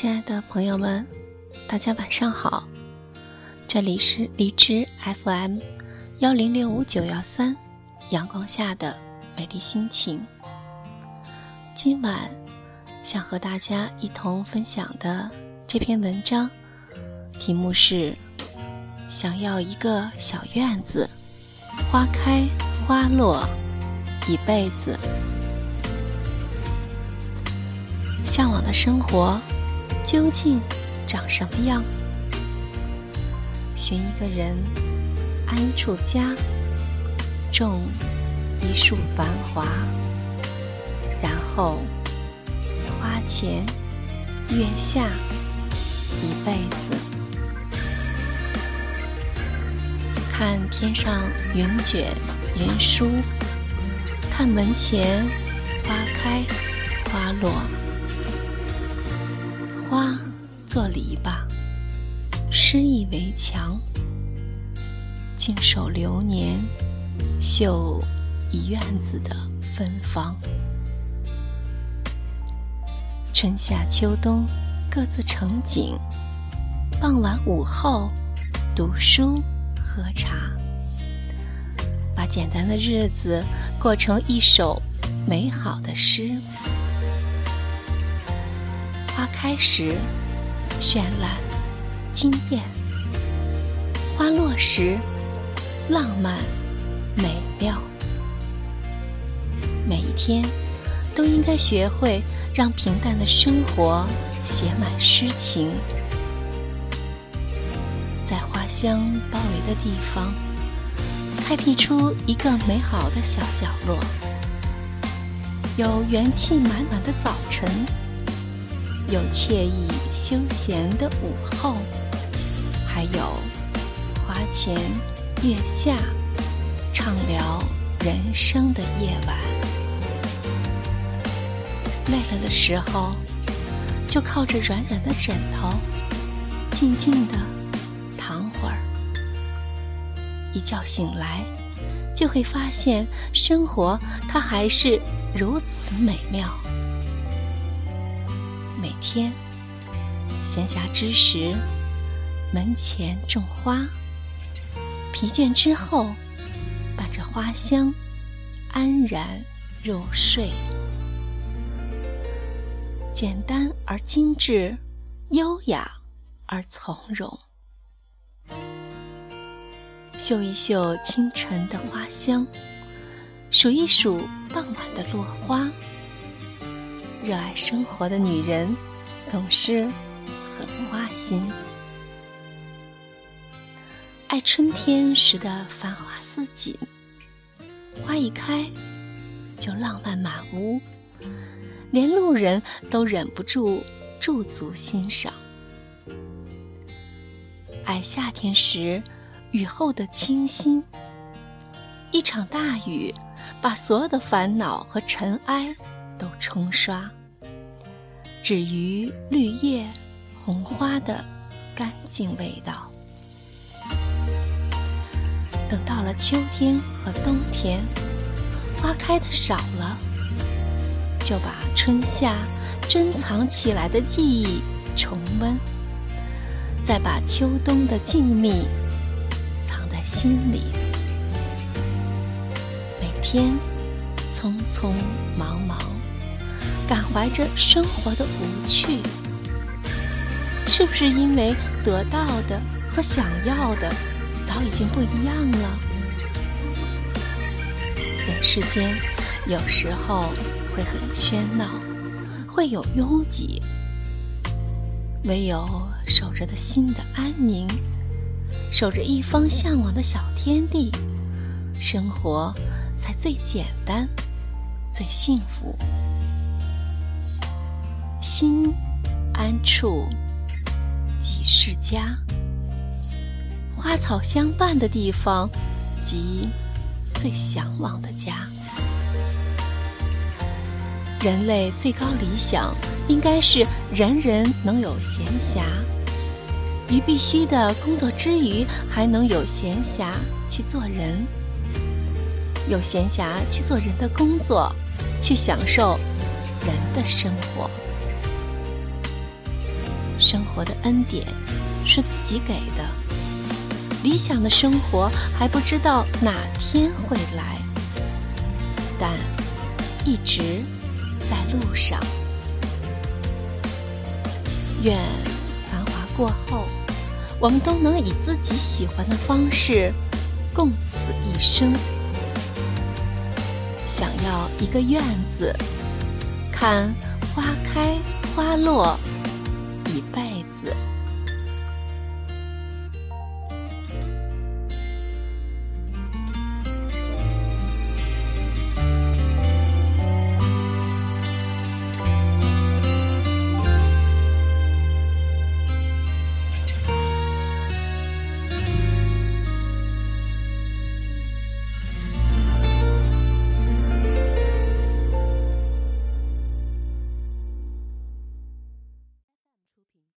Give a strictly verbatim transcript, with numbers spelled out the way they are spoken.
亲爱的朋友们，大家晚上好，这里是荔枝 F M 一零六五九一三阳光下的美丽心情。今晚想和大家一同分享的这篇文章题目是想要一个小院子，花开花落一辈子。向往的生活究竟长什么样？寻一个人，安一处家，种一束繁华，然后花前月下一辈子。看天上云卷云舒，看门前花开花落。花做篱笆，诗意为墙，静守流年，绣一院子的芬芳。春夏秋冬各自成景，傍晚午后读书喝茶，把简单的日子过成一首美好的诗。花开时绚烂惊艳，花落时浪漫美妙。每一天都应该学会让平淡的生活写满诗情，在花香包围的地方开辟出一个美好的小角落，有元气满满的早晨，有惬意休闲的午后，还有花前月下畅聊人生的夜晚。累了的时候，就靠着软软的枕头，静静地躺会儿。一觉醒来，就会发现生活它还是如此美妙。每天闲暇之时，门前种花，疲倦之后伴着花香安然入睡。简单而精致，优雅而从容。嗅一嗅清晨的花香，数一数傍晚的落花。热爱生活的女人总是很花心，爱春天时的繁花似锦，花一开就浪漫满屋，连路人都忍不住驻足欣赏。爱夏天时雨后的清新，一场大雨把所有的烦恼和尘埃都冲刷，止于绿叶红花的干净味道。等到了秋天和冬天，花开的少了，就把春夏珍藏起来的记忆重温，再把秋冬的静谧藏在心里。每天匆匆忙忙，感怀着生活的无趣，是不是因为得到的和想要的早已经不一样了？人世间有时候会很喧闹，会有拥挤，唯有守着的心的安宁，守着一方向往的小天地，生活才最简单最幸福。心安处即是家，花草相伴的地方即最向往的家。人类最高理想应该是人人能有闲暇，于必须的工作之余还能有闲暇去做人，有闲暇去做人的工作，去享受人的生活。 生活的恩典是自己给的，理想的生活还不知道哪天会来，但一直在路上。愿繁华过后，我们都能以自己喜欢的方式共此一生。想要一个院子，看花开花落一辈子。